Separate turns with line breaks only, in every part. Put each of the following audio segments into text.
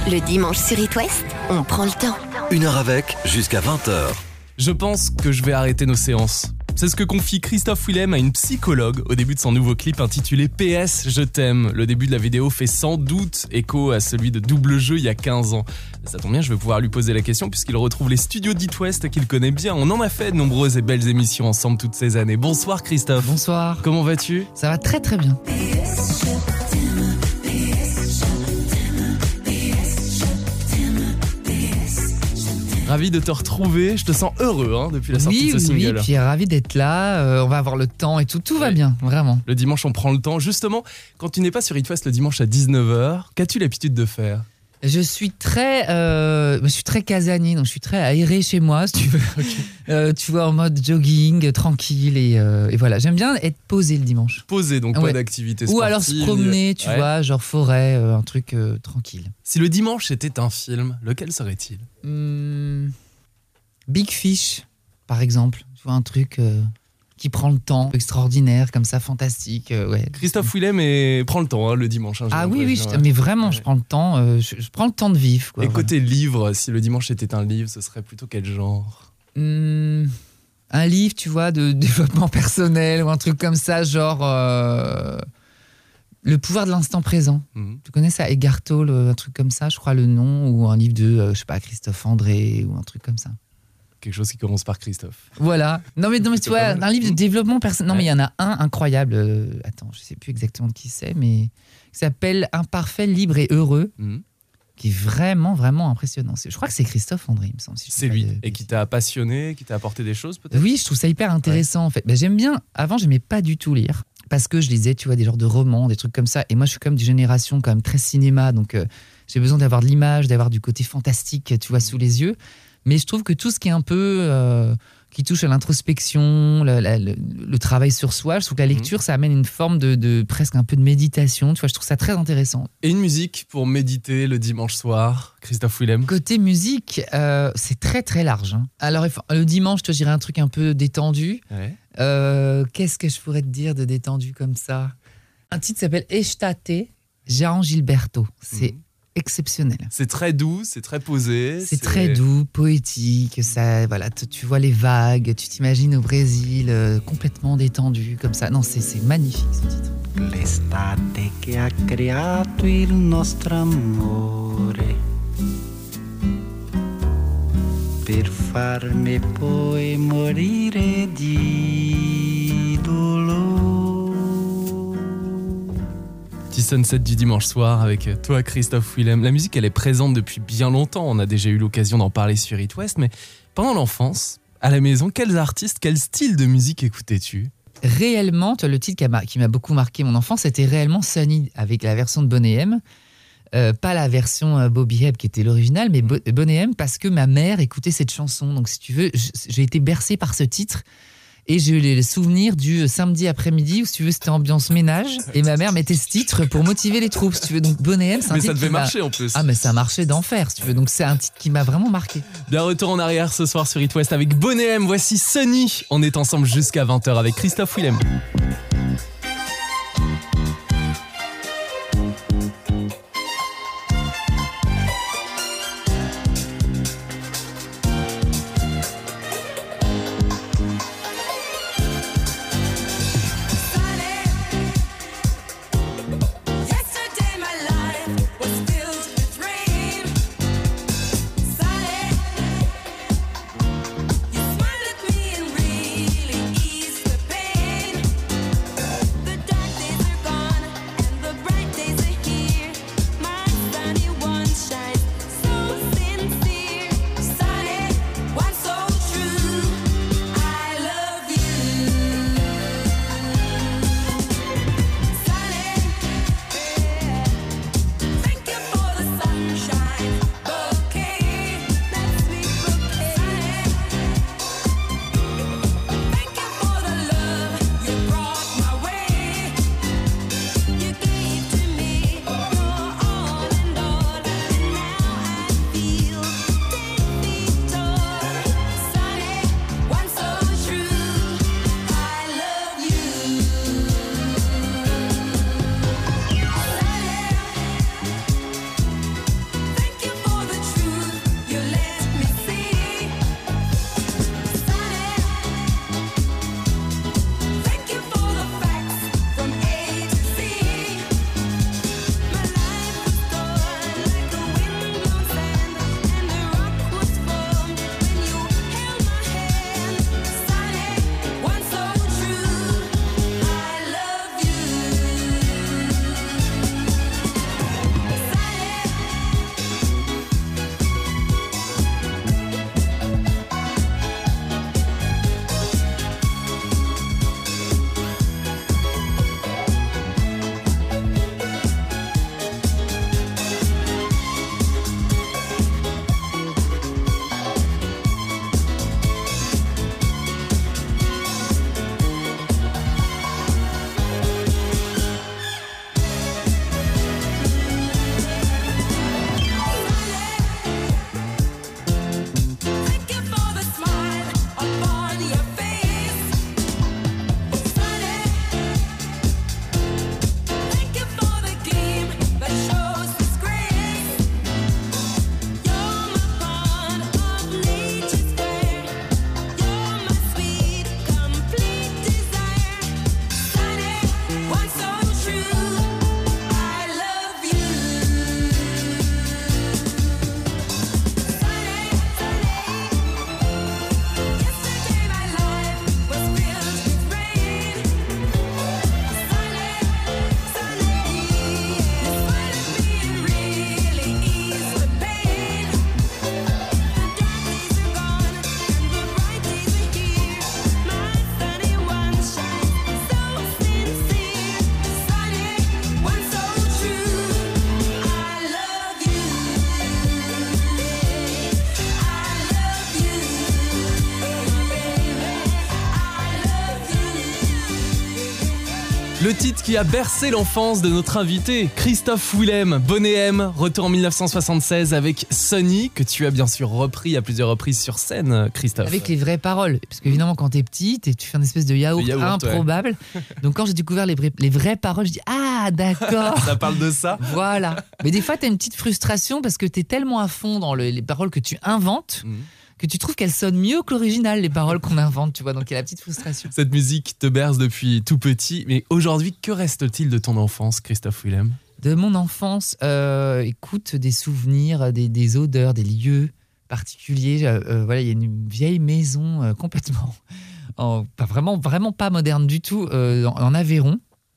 Le dimanche sur It West, on prend le temps.
1h avec, jusqu'à 20h.
Je pense que je vais arrêter nos séances. C'est ce que confie Christophe Willem à une psychologue au début de son nouveau clip intitulé PS Je t'aime. Le début de la vidéo fait sans doute écho à celui de Double Jeu il y a 15 ans. Ça tombe bien, je vais pouvoir lui poser la question puisqu'il retrouve les studios d'It West qu'il connaît bien. On en a fait de nombreuses et belles émissions ensemble toutes ces années. Bonsoir Christophe.
Bonsoir.
Comment vas-tu ?
Ça va très très bien.
Ravi de te retrouver, je te sens heureux depuis la sortie de ce single.
Oui, puis ravi d'être là, on va avoir le temps et tout va bien, vraiment.
Le dimanche on prend le temps, justement, quand tu n'es pas sur It West le dimanche à 19h, qu'as-tu l'habitude de faire ?
Je suis très casanier, donc je suis très aéré chez moi, si tu veux. Okay. Tu vois, en mode jogging, tranquille et voilà. J'aime bien être posé le dimanche.
Posé, donc pas d'activité sportive.
Ou alors se promener, tu vois, genre forêt, un truc tranquille.
Si le dimanche était un film, lequel serait-il ?
Big Fish, par exemple. Tu vois, un truc qui prend le temps, extraordinaire, comme ça, fantastique. Ouais.
Christophe Willem prend le temps le dimanche.
Mais vraiment, je prends le temps. Je prends le temps de vivre. Quoi,
et côté livre, si le dimanche était un livre, ce serait plutôt quel genre ?
Un livre, tu vois, de développement personnel ou un truc comme ça, genre Le pouvoir de l'instant présent. Tu connais ça, Eckhart Tolle, un truc comme ça, je crois le nom, ou un livre de, Christophe André ou un truc comme ça.
Quelque chose qui commence par Christophe.
Voilà. Non mais tu vois, un livre de développement personnel. Non mais il y en a un incroyable. Attends, je sais plus exactement de qui c'est, mais qui s'appelle Imparfait, libre et heureux, qui est vraiment vraiment impressionnant. Je crois que c'est Christophe André, il me semble. Si
c'est lui. Et qui t'a passionné, qui t'a apporté des choses peut-être.
Oui, je trouve ça hyper intéressant en fait. J'aime bien. Avant, j'aimais pas du tout lire parce que je lisais, tu vois, des genres de romans, des trucs comme ça. Et moi, je suis comme d'une génération quand même très cinéma, donc j'ai besoin d'avoir de l'image, d'avoir du côté fantastique, tu vois, sous les yeux. Mais je trouve que tout ce qui est un peu qui touche à l'introspection, le travail sur soi, je trouve que la lecture, ça amène une forme de presque un peu de méditation. Tu vois, je trouve ça très intéressant.
Et une musique pour méditer le dimanche soir, Christophe Willem ?
Côté musique, c'est très très large. Alors le dimanche, je dirais un truc un peu détendu.
Ouais.
Qu'est-ce que je pourrais te dire de détendu comme ça ? Un titre s'appelle Estate, Jean Gilberto. C'est exceptionnel.
C'est très doux, c'est très posé.
C'est très doux, poétique. Ça, voilà, tu vois les vagues, tu t'imagines au Brésil, complètement détendu comme ça. Non, c'est magnifique ce titre.
L'estate che ha creato il nostro amore per farmi poi morire di dolore.
Petit sunset du dimanche soir avec toi Christophe Willem. La musique elle est présente depuis bien longtemps, on a déjà eu l'occasion d'en parler sur It West, mais pendant l'enfance, à la maison, quels artistes, quel style de musique écoutais-tu ?
Réellement, le titre qui m'a beaucoup marqué mon enfance, c'était réellement Sunny avec la version de Boney M. Pas la version Bobby Hebb qui était l'original, mais Boney M parce que ma mère écoutait cette chanson. Donc si tu veux, j'ai été bercé par ce titre. Et j'ai eu les souvenirs du samedi après-midi où, si tu veux, c'était ambiance ménage. Et ma mère mettait ce titre pour motiver les troupes, si tu veux. Donc, Boney M, c'est un titre.
Mais ça devait marcher en plus.
Ah, mais ça marchait d'enfer, si tu veux. Donc, c'est un titre qui m'a vraiment marqué.
Bien, retour en arrière ce soir sur It West avec Boney M. Voici Sunny. On est ensemble jusqu'à 20h avec Christophe Willem. Le titre qui a bercé l'enfance de notre invité, Christophe Willem, Bonnet M, retour en 1976 avec Sunny, que tu as bien sûr repris à plusieurs reprises sur scène, Christophe.
Avec les vraies paroles. Parce qu'évidemment, quand t'es petit, tu fais une espèce de yaourt improbable. Ouais. Donc quand j'ai découvert les vraies paroles, je dis ah d'accord.
Ça parle de ça.
Voilà. Mais des fois, t'as une petite frustration parce que t'es tellement à fond dans les paroles que tu inventes. Que tu trouves qu'elles sonnent mieux que l'original, les paroles qu'on invente, tu vois, donc il y a la petite frustration.
Cette musique te berce depuis tout petit, mais aujourd'hui, que reste-t-il de ton enfance, Christophe Willem ?
De mon enfance, écoute, des souvenirs, des odeurs, des lieux particuliers. Voilà, il y a une vieille maison complètement, pas vraiment pas moderne du tout, en Aveyron.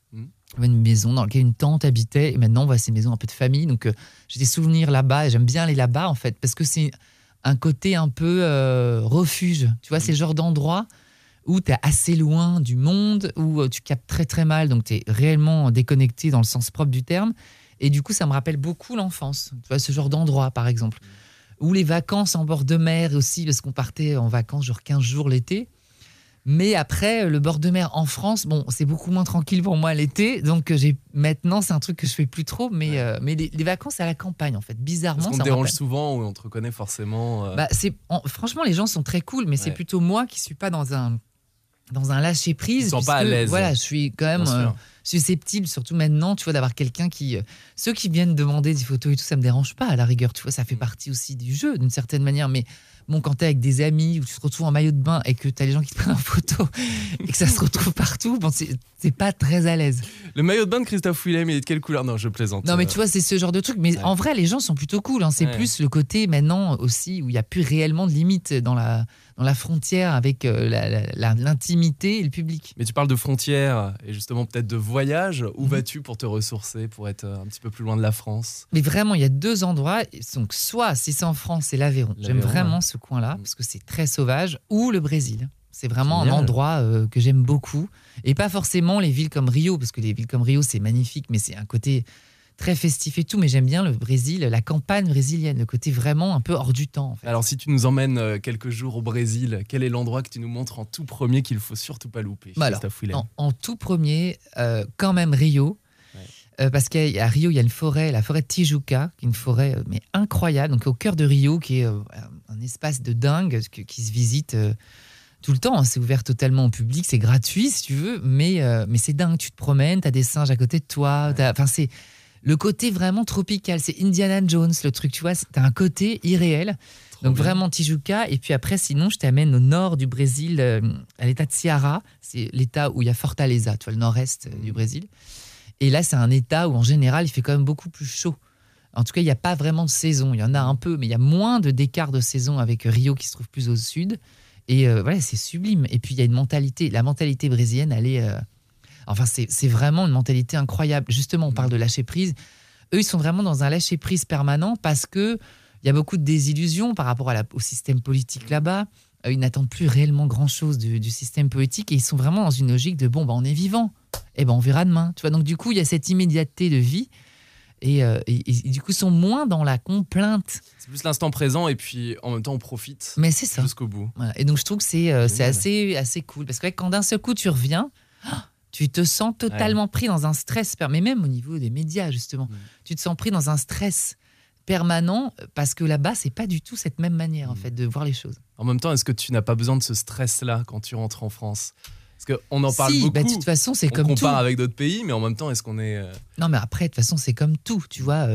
Une maison dans laquelle une tante habitait, et maintenant, voilà, c'est une maison un peu de famille, donc j'ai des souvenirs là-bas, et j'aime bien aller là-bas, en fait, parce que c'est un côté un peu refuge. Tu vois, c'est le genre d'endroit où tu es assez loin du monde, où tu captes très très mal, donc tu es réellement déconnecté dans le sens propre du terme. Et du coup, ça me rappelle beaucoup l'enfance. Tu vois, ce genre d'endroit, par exemple. Ou les vacances en bord de mer aussi, parce qu'on partait en vacances genre 15 jours l'été. Mais après, le bord de mer en France, bon, c'est beaucoup moins tranquille pour moi l'été. Donc maintenant, c'est un truc que je fais plus trop. Mais les vacances à la campagne, en fait, bizarrement.
Parce qu'on te dérange souvent ou on te reconnaît forcément
franchement, les gens sont très cool, mais c'est plutôt moi qui suis pas dans un lâcher-prise.
Ils sont pas à l'aise.
Voilà, je suis quand même susceptible, surtout maintenant, tu vois, d'avoir quelqu'un qui... ceux qui viennent demander des photos et tout, ça me dérange pas, à la rigueur. Tu vois, ça fait partie aussi du jeu, d'une certaine manière. Mais bon, quand t'es avec des amis, ou tu te retrouves en maillot de bain et que t'as les gens qui te prennent en photo et que ça se retrouve partout, bon, c'est pas très à l'aise.
Le maillot de bain de Christophe Willem, il est de quelle couleur ? Non, je plaisante.
Non, mais tu vois, c'est ce genre de truc. Mais en vrai, les gens sont plutôt cool. Hein. C'est plus le côté maintenant aussi où il n'y a plus réellement de limite dans la frontière avec l'intimité et le public.
Mais tu parles de frontières et justement peut-être de voyage. Où vas-tu pour te ressourcer, pour être un petit peu plus loin de la France ?
Mais vraiment, il y a deux endroits. Donc, soit si c'est en France, c'est l'Aveyron. J'aime vraiment ce coin-là parce que c'est très sauvage. Ou le Brésil. C'est vraiment un endroit que j'aime beaucoup. Et pas forcément les villes comme Rio, parce que les villes comme Rio, c'est magnifique, mais c'est un côté très festif et tout. Mais j'aime bien le Brésil, la campagne brésilienne, le côté vraiment un peu hors du temps. En fait.
Alors, si tu nous emmènes quelques jours au Brésil, quel est l'endroit que tu nous montres en tout premier qu'il ne faut surtout pas louper, Christophe Willem ?
En tout premier, quand même Rio. Parce qu'à Rio, il y a une forêt, la forêt de Tijuca, qui est une forêt mais incroyable, donc au cœur de Rio, qui est un espace de dingue qui se visite tout le temps. Hein. C'est ouvert totalement au public, c'est gratuit si tu veux, mais c'est dingue. Tu te promènes, tu as des singes à côté de toi. C'est le côté vraiment tropical. C'est Indiana Jones, le truc, tu vois. Tu as un côté irréel. Donc vraiment Tijuca. Et puis après, sinon, je t'amène au nord du Brésil, à l'état de Ceará. C'est l'état où il y a Fortaleza, tu vois, le nord-est du Brésil. Et là, c'est un état où, en général, il fait quand même beaucoup plus chaud. En tout cas, il n'y a pas vraiment de saison. Il y en a un peu, mais il y a moins d'écart de saison avec Rio qui se trouve plus au sud. Et voilà, c'est sublime. Et puis, il y a une mentalité. La mentalité brésilienne, elle est... c'est vraiment une mentalité incroyable. Justement, on parle de lâcher-prise. Eux, ils sont vraiment dans un lâcher-prise permanent parce qu'il y a beaucoup de désillusions par rapport au système politique là-bas. Ils n'attendent plus réellement grand-chose du système politique et ils sont vraiment dans une logique de on est vivant. On verra demain. Tu vois, donc du coup, il y a cette immédiateté de vie et du coup, ils sont moins dans la complainte.
C'est plus l'instant présent et puis en même temps, on profite.
Mais c'est ça.
Jusqu'au bout.
Voilà. Et donc, je trouve que c'est assez cool parce que quand d'un seul coup, tu reviens, tu te sens totalement pris dans un stress. Mais même au niveau des médias, justement, tu te sens pris dans un stress permanent parce que là-bas, c'est pas du tout cette même manière en fait de voir les choses.
En même temps, est-ce que tu n'as pas besoin de ce stress-là quand tu rentres en France ? Parce qu'on en parle beaucoup.
De toute façon, c'est comme tout.
On compare avec d'autres pays, mais en même temps, est-ce qu'on est...
Non, mais après, de toute façon, c'est comme tout. Tu vois,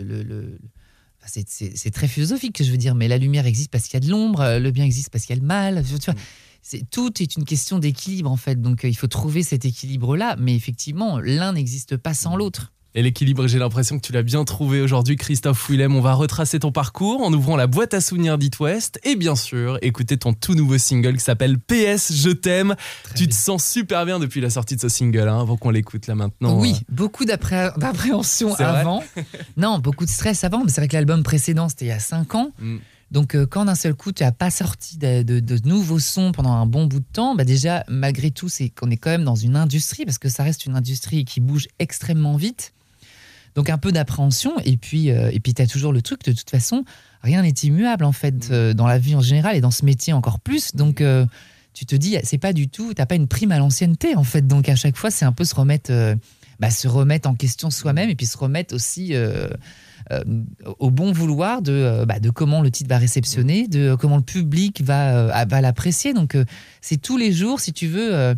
c'est très philosophique que je veux dire, mais la lumière existe parce qu'il y a de l'ombre, le bien existe parce qu'il y a le mal. Tu vois, tout est une question d'équilibre, en fait. Donc, il faut trouver cet équilibre-là. Mais effectivement, l'un n'existe pas sans l'autre.
Et l'équilibre, j'ai l'impression que tu l'as bien trouvé aujourd'hui, Christophe Willem. On va retracer ton parcours en ouvrant la boîte à souvenirs d'It West et bien sûr, écouter ton tout nouveau single qui s'appelle PS, je t'aime. Tu te sens super bien depuis la sortie de ce single, avant qu'on l'écoute là maintenant.
Oui, beaucoup d'appréhension avant. Non, beaucoup de stress avant, mais c'est vrai que l'album précédent, c'était il y a 5 ans. Donc, quand d'un seul coup, tu n'as pas sorti de nouveaux sons pendant un bon bout de temps, déjà, malgré tout, c'est qu'on est quand même dans une industrie, parce que ça reste une industrie qui bouge extrêmement vite. Donc, un peu d'appréhension. Et puis tu as toujours le truc, de toute façon, rien n'est immuable, en fait, dans la vie en général et dans ce métier encore plus. Donc, tu te dis, c'est pas du tout, t'as pas une prime à l'ancienneté en fait. Donc à chaque fois, c'est un peu se remettre en question soi-même et puis se remettre aussi au bon vouloir de comment le titre va réceptionner, de comment le public va l'apprécier. Donc c'est tous les jours, si tu veux,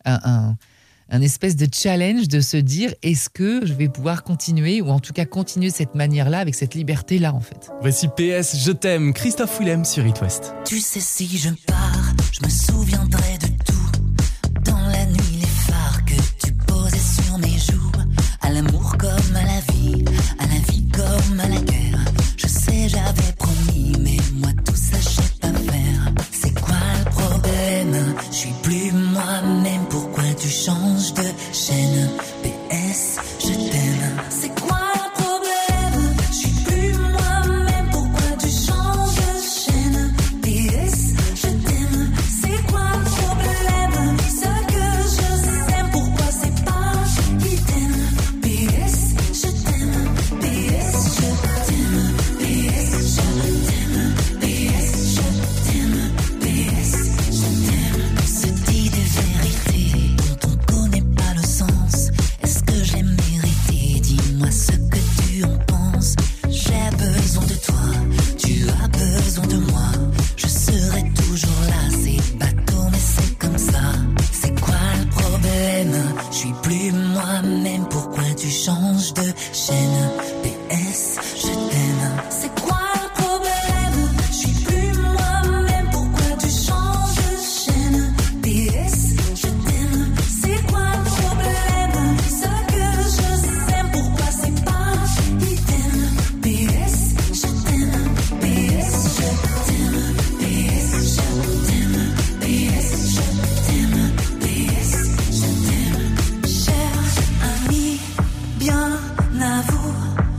un espèce de challenge de se dire est-ce que je vais pouvoir continuer ou en tout cas continuer de cette manière-là avec cette liberté-là en fait.
Voici PS, je t'aime, Christophe Willem sur It West.
Tu sais si je pars, je me souviendrai de tout. Dans la nuit les phares que tu posais sur mes joues. À l'amour comme à la vie comme à la guerre. Je sais j'avais promis mais moi tout ça je sais pas faire. C'est quoi le problème? Je suis plus moi-même, pourquoi tu changes de chaîne? PS, je t'aime. C'est quoi le problème? Je suis plus moi-même, pourquoi tu changes de chaîne? PS, je t'aime. C'est quoi le problème? Ce que je sais, pourquoi c'est pas idem? PS, je t'aime. PS, je t'aime. PS, je t'aime. PS, je t'aime. PS, je t'aime. On se dit des vérités dont on connaît pas le sens. Est-ce que j'ai mérité? Dis-moi ce que tu en penses. J'ai besoin de toi, tu as besoin de moi. Je serai toujours là, c'est bateau mais c'est comme ça. C'est quoi le problème? Je suis plus moi-même, pourquoi tu changes de chaîne? PS, je t'aime. C'est quoi le problème? Je suis plus moi-même, pourquoi tu changes de chaîne? PS, je t'aime. C'est quoi le problème? Ce que je sais, pourquoi c'est pas idem? PS, je t'aime. PS, je t'aime. PS, je t'aime. PS, je t'aime. PS, je t'aime. Cher ami, bien à vous,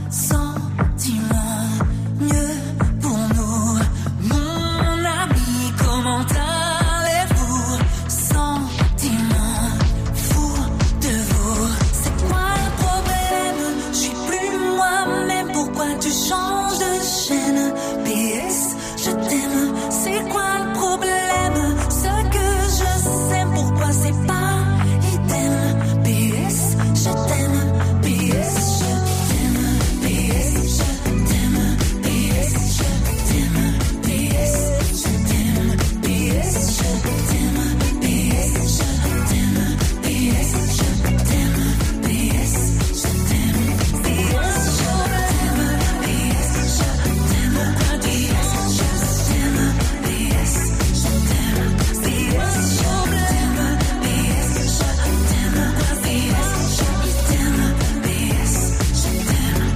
sentiment mieux pour nous. Mon ami, comment allez-vous? Sentiment fou de vous. C'est quoi le problème? Je suis plus moi-même, pourquoi tu changes de chaîne? PS, je t'aime. C'est quoi le problème? Ce que je sais, pourquoi c'est pas idem? PS, je t'aime. PS, je t'aime. PS, je t'aime. PS, je t'aime. PS, je t'aime. PS, je t'aime. PS, je t'aime. PS, je t'aime. PS, je t'aime. PS, je t'aime. PS, je t'aime. Pourquoi PS, je t'aime. PS, je t'aime. PS, je t'aime. PS, je t'aime. Pourquoi PS, je t'aime. PS, je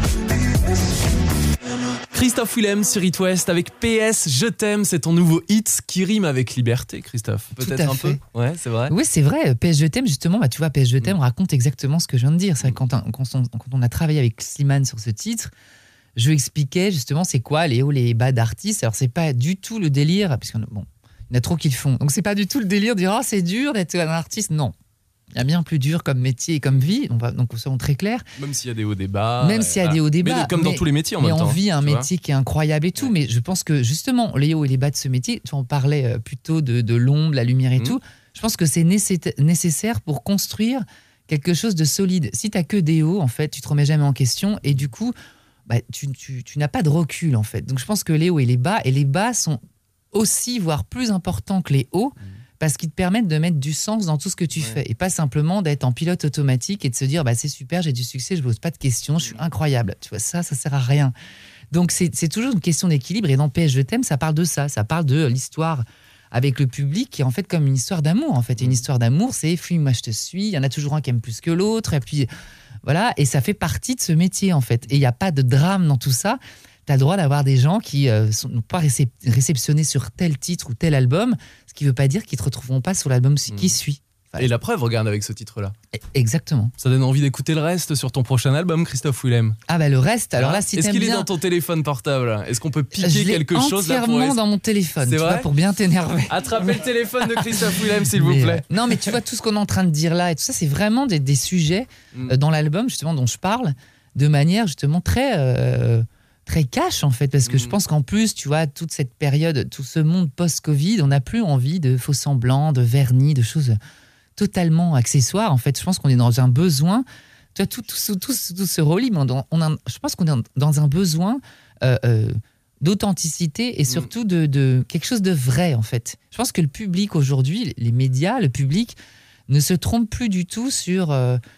t'aime.
Christophe Willem sur It West avec PS, je t'aime, c'est ton nouveau hit qui rime avec liberté, Christophe. Peut-être
à
un
fait.
peu. Ouais, c'est vrai.
Oui, c'est vrai. PS Je t'aime, justement, tu vois, PS Je t'aime raconte exactement ce que je viens de dire. C'est vrai que quand on a travaillé avec Slimane sur ce titre, je lui expliquais justement c'est quoi les hauts, les bas d'artistes. Alors, c'est pas du tout le délire, parce qu'il y en a trop qui le font. Donc, c'est pas du tout le délire de dire oh, c'est dur d'être un artiste. Non. Il y a bien plus dur comme métier et comme vie. Donc, soyons très clairs.
Même s'il y a des hauts débats.
Même s'il y a des hauts débats.
Mais comme dans tous les métiers en même temps.
Mais on vit un
tu vois.
métier qui est incroyable et tout.
Ouais.
Mais je pense que justement, les hauts et les bas de ce métier, tu en parlais plutôt de l'ombre, la lumière et tout. Je pense que c'est nécessaire pour construire quelque chose de solide. Si tu n'as que des hauts, en fait, tu te remets jamais en question et du coup, tu n'as pas de recul, en fait. Donc je pense que les hauts et les bas sont aussi, voire plus importants que les hauts. Parce qu'ils te permettent de mettre du sens dans tout ce que tu fais et pas simplement d'être en pilote automatique et de se dire c'est super, j'ai du succès, je ne pose pas de questions, je suis incroyable. Tu vois, ça sert à rien. Donc c'est toujours une question d'équilibre et dans PS Je t'aime, ça parle de ça. Ça parle de l'histoire avec le public qui est en fait comme une histoire d'amour. En fait, une histoire d'amour, c'est fuis-moi, je te suis. Il y en a toujours un qui aime plus que l'autre et puis voilà. Et ça fait partie de ce métier en fait. Et il n'y a pas de drame dans tout ça. Tu as le droit d'avoir des gens qui n'ont pas réceptionné sur tel titre ou tel album, ce qui ne veut pas dire qu'ils ne te retrouveront pas sur l'album qui suit.
Et la preuve, regarde avec ce titre-là.
Exactement.
Ça donne envie d'écouter le reste sur ton prochain album, Christophe Willem.
Ah le reste, alors là, si
est-ce
t'aimes
qu'il est
bien...
dans ton téléphone portable? Est-ce qu'on peut piquer quelque chose là pour
entièrement dans mon téléphone,
C'est
tu
vrai
vois, pour bien t'énerver.
Attrapez le téléphone de Christophe Willem, s'il vous plaît.
Non, mais tu vois, tout ce qu'on est en train de dire là et tout ça, c'est vraiment des sujets dans l'album, justement, dont je parle, de manière justement très très cash en fait, parce que je pense qu'en plus, tu vois, toute cette période, tout ce monde post-Covid, on n'a plus envie de faux semblants, de vernis, de choses totalement accessoires. En fait, je pense qu'on est dans un besoin, tu vois, tout ce relis, mais je pense qu'on est dans un besoin d'authenticité et surtout de quelque chose de vrai en fait. Je pense que le public aujourd'hui, les médias, le public ne se trompe plus du tout sur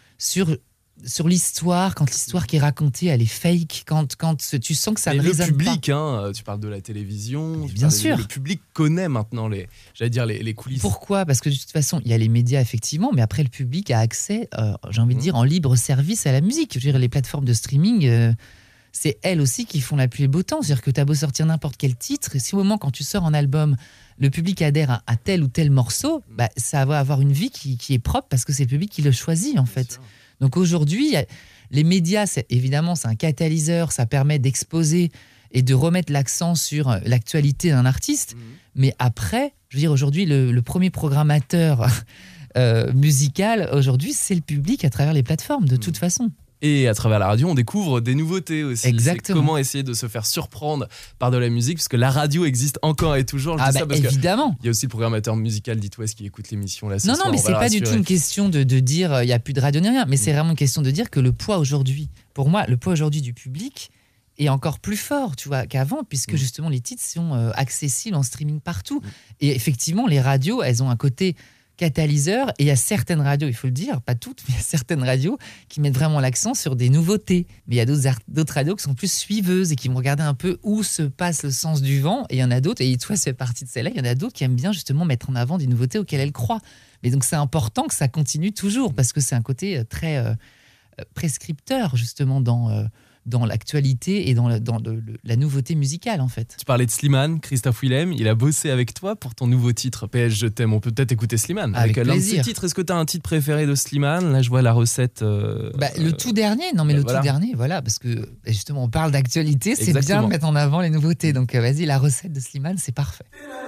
l'histoire, quand l'histoire qui est racontée, elle est fake, quand tu sens que ça ne résonne pas.
Le public, tu parles de la télévision,
bien sûr.
Le public connaît maintenant les coulisses.
Pourquoi ? Parce que de toute façon, il y a les médias effectivement, mais après le public a accès, j'ai envie de dire, en libre service à la musique. Je veux dire, les plateformes de streaming, c'est elles aussi qui font la pluie et le beau temps. C'est-à-dire que tu as beau sortir n'importe quel titre, et si au moment quand tu sors un album, le public adhère à tel ou tel morceau, ça va avoir une vie qui est propre parce que c'est le public qui le choisit en fait. Donc aujourd'hui, les médias, évidemment, c'est un catalyseur, ça permet d'exposer et de remettre l'accent sur l'actualité d'un artiste. Mais après, je veux dire, aujourd'hui, le premier programmateur musical, aujourd'hui, c'est le public à travers les plateformes, de toute façon.
Et à travers la radio, on découvre des nouveautés aussi.
Exactement.
C'est comment essayer de se faire surprendre par de la musique, parce que la radio existe encore et toujours. Je dis ça parce
évidemment.
Il y a aussi le programmateur musical d'It West qui écoute l'émission là ce soir.
Non, mais c'est pas du tout une question de dire il n'y a plus de radio ni rien, mais c'est vraiment une question de dire que le poids aujourd'hui, pour moi, le poids aujourd'hui du public est encore plus fort, tu vois, qu'avant, puisque justement les titres sont accessibles en streaming partout. Et effectivement, les radios, elles ont un côté catalyseur, et il y a certaines radios, il faut le dire, pas toutes, mais il y a certaines radios qui mettent vraiment l'accent sur des nouveautés. Mais il y a d'autres radios qui sont plus suiveuses et qui vont regarder un peu où se passe le sens du vent, et il y en a d'autres, et toi, ça fait partie de celle-là, il y en a d'autres qui aiment bien justement mettre en avant des nouveautés auxquelles elles croient. Mais donc c'est important que ça continue toujours, parce que c'est un côté très prescripteur justement dans l'actualité et dans la nouveauté musicale en fait.
Tu parlais de Slimane, Christophe Willem, il a bossé avec toi pour ton nouveau titre PS Je t'aime. On peut peut-être écouter Slimane avec l'un de ses titres. Est-ce que tu as un titre préféré de Slimane ? Là je vois la recette.
Le tout dernier, tout dernier, voilà, parce que justement on parle d'actualité, c'est bien de mettre en avant les nouveautés. Donc vas-y, la recette de Slimane, c'est parfait.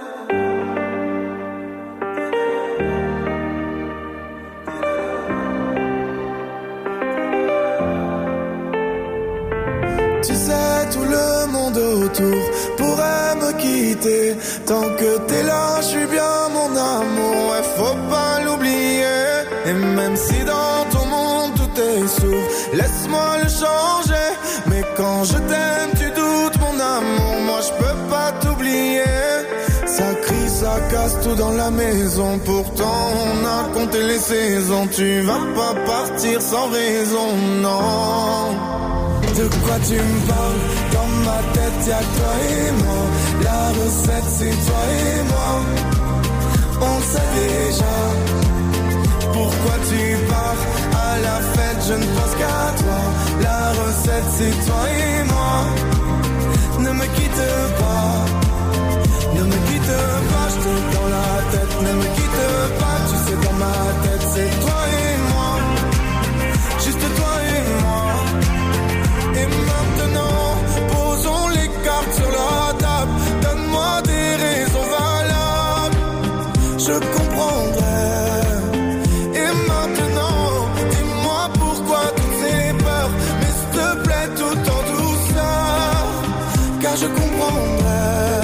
Tu sais, tout le monde autour pourrait me quitter. Tant que t'es là, je suis bien mon amour, ouais, faut pas l'oublier. Et même si dans ton monde tout est sourd, laisse-moi le changer. Mais quand je t'aime, tu doutes mon amour, moi je peux pas t'oublier. Ça crie, ça casse tout dans la maison, pourtant on a compté les saisons. Tu vas pas partir sans raison, non. De quoi tu me parles? Dans ma tête y'a que toi et moi. La recette c'est toi et moi. On sait déjà pourquoi tu pars. À la fête je ne pense qu'à toi. La recette c'est toi et moi. Ne me quitte pas. Ne me quitte pas, je t'ai dans la tête. Ne me quitte pas, tu sais dans ma tête c'est toi et moi. Juste toi et moi. Et maintenant, posons les cartes sur la table. Donne-moi des raisons valables, je comprendrai. Et maintenant, dis-moi pourquoi toutes ces peurs. Mais s'il te plaît, tout en douceur, car je comprendrai.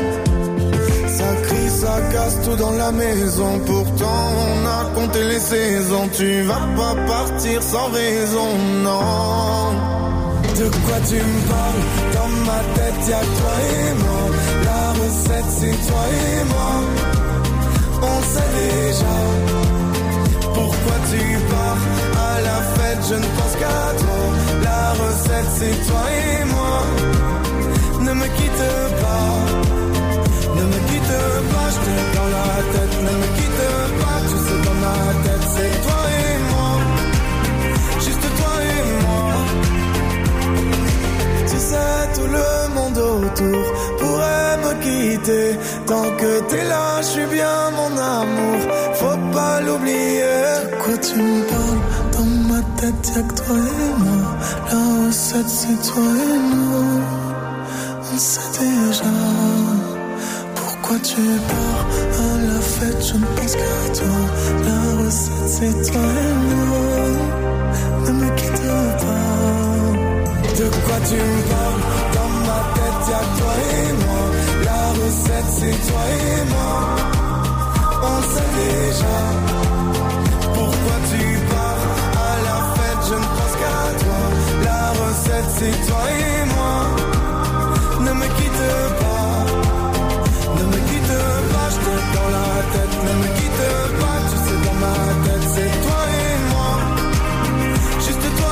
Ça crie, ça casse tout dans la maison. Pourtant, on a compté les saisons. Tu vas pas partir sans raison, non. De quoi tu me parles? Dans ma tête y'a que toi et moi. La recette c'est toi et moi. On sait déjà pourquoi tu pars. À la fête je ne pense qu'à toi. La recette c'est toi et moi. Ne me quitte pas. Ne me quitte pas, je t'ai dans la tête. Ne me quitte pas, tu sais dans ma tête c'est toi et moi. Juste toi et moi. Tu sais, tout le monde autour pourrait me quitter. Tant que t'es là, je suis bien mon amour, faut pas l'oublier. De quoi tu me parles? Dans ma tête y'a que toi et moi. La recette c'est toi et moi. On sait déjà pourquoi tu pars. À la fête je ne pense qu'à toi. La recette c'est toi et moi. Ne me quitte pas. De quoi tu me parles? Dans c'est toi et moi. Ne me quitte pas, ne me quitte pas, je t'ai dans la tête. Ne me quitte pas, tu sais dans ma tête, c'est toi et moi, juste toi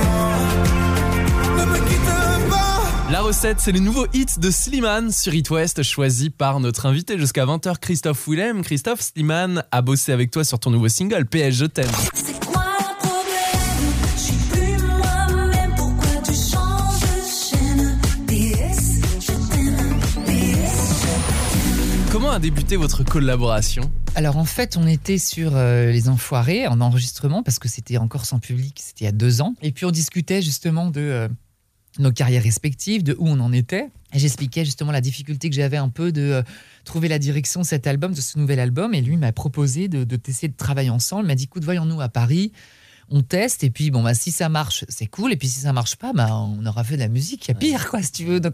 et moi. Ne me quitte pas.
La recette, c'est le nouveau hit de Slimane sur It West, choisi par notre invité jusqu'à 20h, Christophe Willem. Christophe, Slimane a bossé avec toi sur ton nouveau single, PS Je t'aime.
C'est quoi le problème? Je suis plus moi-même, pourquoi tu changes de chaîne? PS, je t'aime, PS, je t'aime.
Comment a débuté votre collaboration?
Alors en fait, on était sur Les Enfoirés en enregistrement parce que c'était encore sans public, c'était il y a 2 ans. Et puis on discutait justement de nos carrières respectives, de où on en était. Et j'expliquais justement la difficulté que j'avais un peu de trouver la direction de cet album, de ce nouvel album. Et lui m'a proposé de tester de travailler ensemble. Il m'a dit, écoute, voyons-nous à Paris, on teste. Et puis, bon, bah, si ça marche, c'est cool. Et puis, si ça marche pas, bah, on aura fait de la musique. Il y a pire, quoi, si tu veux, donc,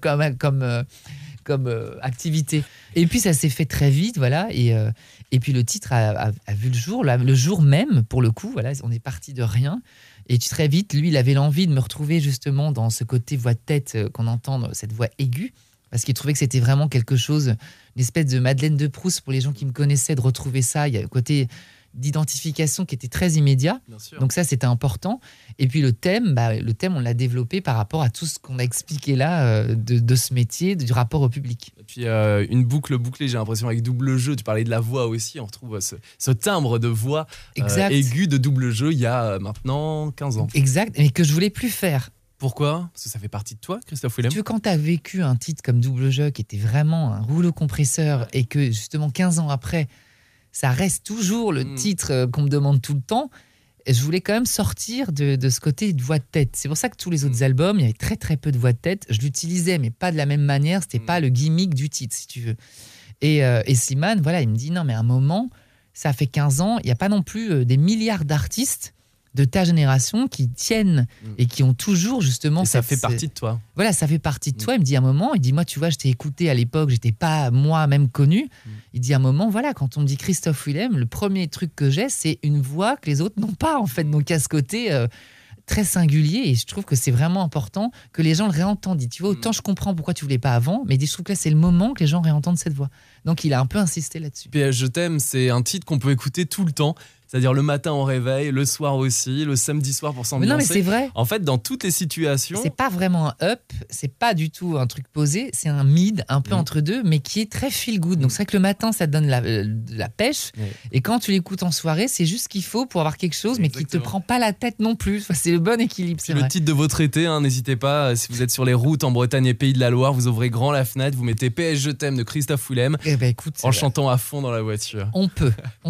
comme activité. Et puis, ça s'est fait très vite, voilà. Et puis, le titre a vu le jour, là, le jour même, pour le coup. Voilà, on est parti de rien. Et très vite, lui, il avait l'envie de me retrouver justement dans ce côté voix de tête qu'on entend, cette voix aiguë, parce qu'il trouvait que c'était vraiment quelque chose, une espèce de Madeleine de Proust pour les gens qui me connaissaient, de retrouver ça. Il y a un côté d'identification qui était très immédiat. Donc ça, c'était important. Et puis le thème, on l'a développé par rapport à tout ce qu'on a expliqué là de ce métier, du rapport au public.
Et puis une boucle bouclée, j'ai l'impression, avec Double Jeu. Tu parlais de la voix aussi, on retrouve ce timbre de voix aiguë de Double Jeu il y a maintenant 15 ans.
Exact, mais que je voulais plus faire.
Pourquoi? Parce que ça fait partie de toi, Christophe Willem.
Tu veux, quand tu as vécu un titre comme Double Jeu qui était vraiment un rouleau compresseur et que justement 15 ans après, ça reste toujours le titre qu'on me demande tout le temps, je voulais quand même sortir de ce côté de voix de tête. C'est pour ça que tous les autres albums, il y avait très très peu de voix de tête. Je l'utilisais, mais pas de la même manière. C'était pas le gimmick du titre, si tu veux. Et Slimane, voilà, il me dit, non, mais à un moment, ça fait 15 ans, il n'y a pas non plus des milliards d'artistes de ta génération qui tiennent et qui ont toujours justement...
Et ça fait partie de toi.
Voilà, ça fait partie de toi. Il me dit à un moment, il dit, moi, tu vois, je t'ai écouté à l'époque, j'étais pas moi-même connu. Il dit à un moment, voilà, quand on me dit Christophe Willem, le premier truc que j'ai, c'est une voix que les autres n'ont pas, en fait. Donc, à ce côté très singulier, et je trouve que c'est vraiment important que les gens le réentendent. Il dit, tu vois, autant je comprends pourquoi tu voulais pas avant, mais il dit, je trouve que là, c'est le moment que les gens réentendent cette voix. Donc, il a un peu insisté là-dessus.
PS Je t'aime, c'est un titre qu'on peut écouter tout le temps. C'est-à-dire le matin au réveil, le soir aussi, le samedi soir pour s'ambiancer.
Non, mais c'est vrai.
En fait, dans toutes les situations...
C'est pas vraiment un up, c'est pas du tout un truc posé, c'est un mid, un peu entre deux, mais qui est très feel good. Donc c'est vrai que le matin, ça te donne la pêche. Et quand tu l'écoutes en soirée, c'est juste ce qu'il faut pour avoir quelque chose, mais qui te prend pas la tête non plus. Enfin, c'est le bon équilibre, c'est
le
vrai.
titre de votre été, n'hésitez pas, si vous êtes sur les routes en Bretagne et Pays de la Loire, vous ouvrez grand la fenêtre, vous mettez PS Je t'aime de Christophe Willem en chantant à fond dans la voiture.
On peut.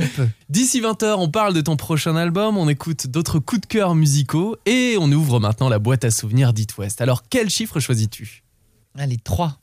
D'ici 20h, on parle de ton prochain album, on écoute d'autres coups de cœur musicaux et on ouvre maintenant la boîte à souvenirs d'It West. Alors, quel chiffre choisis-tu?
Allez, 3.